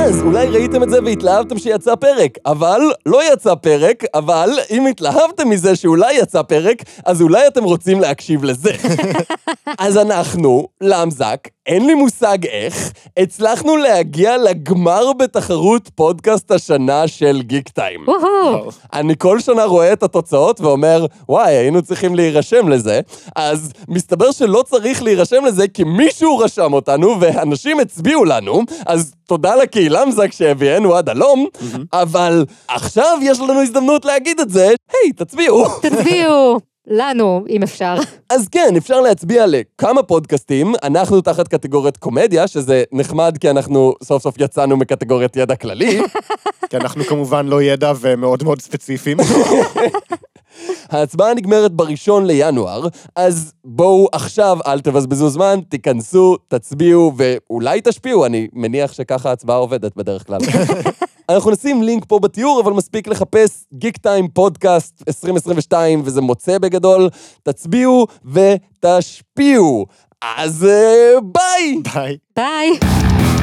אז אולי ראיתם את זה והתלהבתם שיצא פרק, אבל לא יצא פרק, אבל אם התלהבתם מזה שאולי יצא פרק, אז אולי אתם רוצים להקשיב לזה. אז אנחנו, למזק, אין לי מושג איך, הצלחנו להגיע לגמר בתחרות פודקאסט השנה של גיק טיים. אני כל שנה רואה את התוצאות ואומר, וואי, היינו צריכים להירשם לזה, אז מסתבר שלא צריך להירשם לזה כי מישהו רשם אותנו ואנשים הצביעו לנו, אז תודה לקהילה מזק שהביאנו עד הלום, אבל עכשיו יש לנו הזדמנות להגיד את זה, היי, תצביעו. תצביעו לנו, אם אפשר. אז כן, אפשר להצביע לכמה פודקאסטים, אנחנו תחת קטגוריית קומדיה, שזה נחמד כי אנחנו סוף סוף יצאנו מקטגוריית ידע כללי. כי אנחנו כמובן לא ידע ומאוד מאוד ספציפיים. ההצבעה נגמרת בראשון לינואר, אז בואו עכשיו, אל תבזבזו זמן, תיכנסו, תצביעו ואולי תשפיעו, אני מניח שככה ההצבעה עובדת בדרך כלל. אנחנו נשים לינק פה בתיאור, אבל מספיק לחפש גיק טיים פודקאסט 2022, וזה מוצא בגדול, תצביעו ותשפיעו. אז ביי! ביי. ביי.